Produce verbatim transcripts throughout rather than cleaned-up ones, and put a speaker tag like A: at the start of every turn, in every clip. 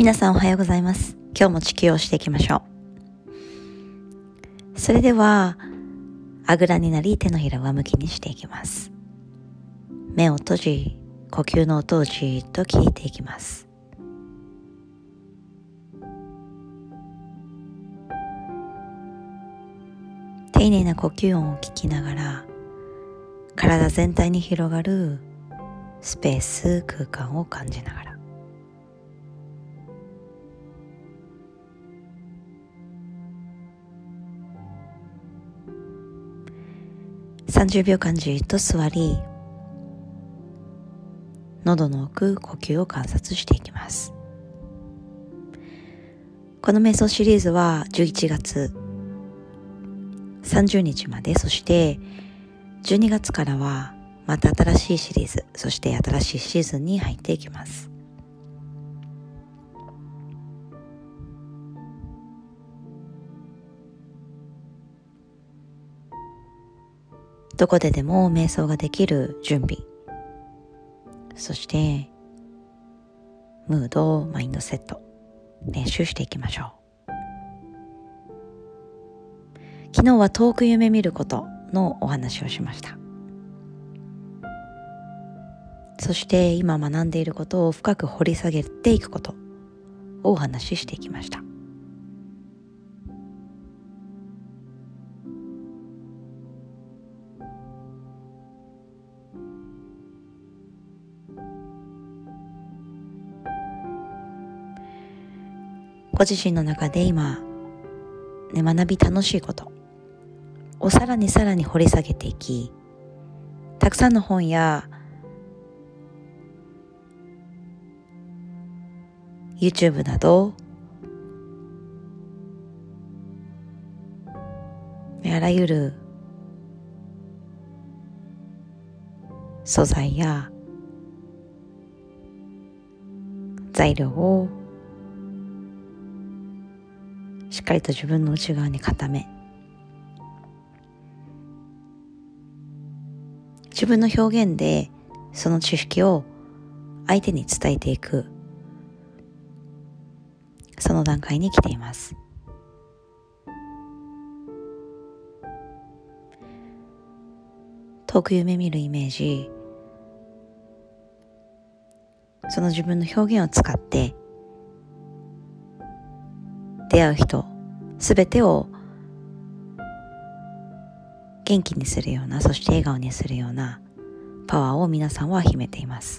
A: 皆さんおはようございます。今日も地球をしていきましょう。それではあぐらになり、手のひらを上向きにしていきます。目を閉じ、呼吸の音をじーっと聞いていきます。丁寧な呼吸音を聞きながら、体全体に広がるスペース、空間を感じながら、さんじゅうびょうかんじーっと座り、喉の奥、呼吸を観察していきます。この瞑想シリーズはじゅういちがつさんじゅうにちまで、そしてじゅうにがつからはまた新しいシリーズ、そして新しいシーズンに入っていきます。どこででも瞑想ができる準備、そしてムード、マインドセット、練習していきましょう。昨日は遠く夢見ることのお話をしました。そして今学んでいることを深く掘り下げていくことをお話ししていきました。ご自身の中で今、ね、学び楽しいことをさらにさらに掘り下げていき、たくさんの本や YouTube などあらゆる素材や材料をしっかりと自分の内側に固め、自分の表現でその知識を相手に伝えていく、その段階に来ています。遠く夢見るイメージ、その自分の表現を使って出会う人すべてを元気にするような、そして笑顔にするようなパワーを皆さんは秘めています。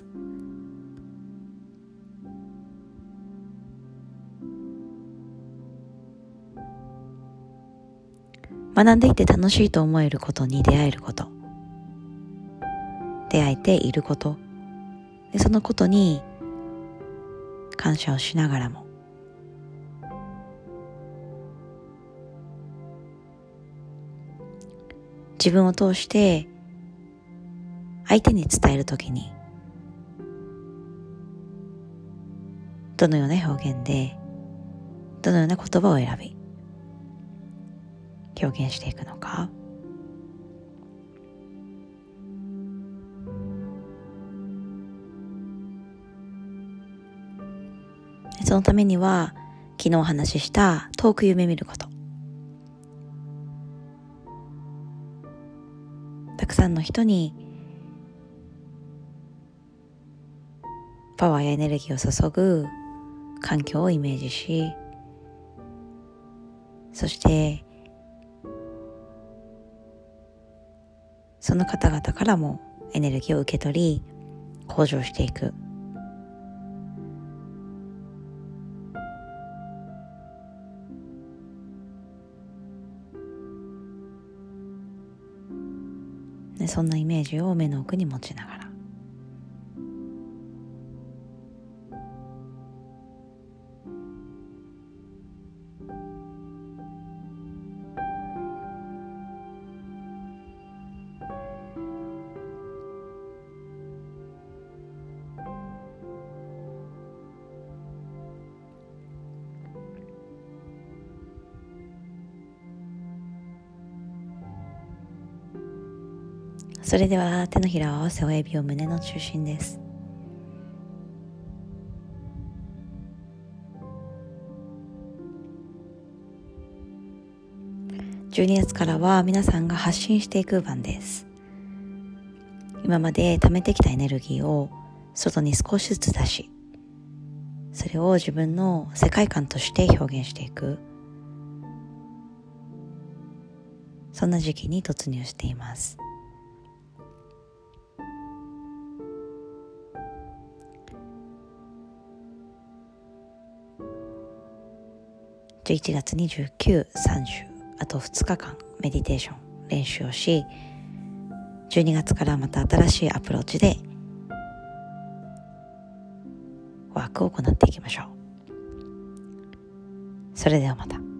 A: 学んでいて楽しいと思えることに出会えること、出会えていること、でそのことに感謝をしながらも、自分を通して相手に伝えるときにどのような表現で、どのような言葉を選び表現していくのか、そのためには昨日お話しした遠く夢見ること、たくさんの人にパワーやエネルギーを注ぐ環境をイメージし、そしてその方々からもエネルギーを受け取り向上していく、でそんなイメージを目の奥に持ちながら、それでは手のひらを合わせ、親指を胸の中心です。 じゅうにがつからは皆さんが発信していく番です。今まで溜めてきたエネルギーを外に少しずつ出し、それを自分の世界観として表現していく、そんな時期に突入しています。じゅういちがつにじゅうく、さんじゅう、あとふつかかんメディテーション練習をし、じゅうにがつからまた新しいアプローチでワークを行っていきましょう。それではまた。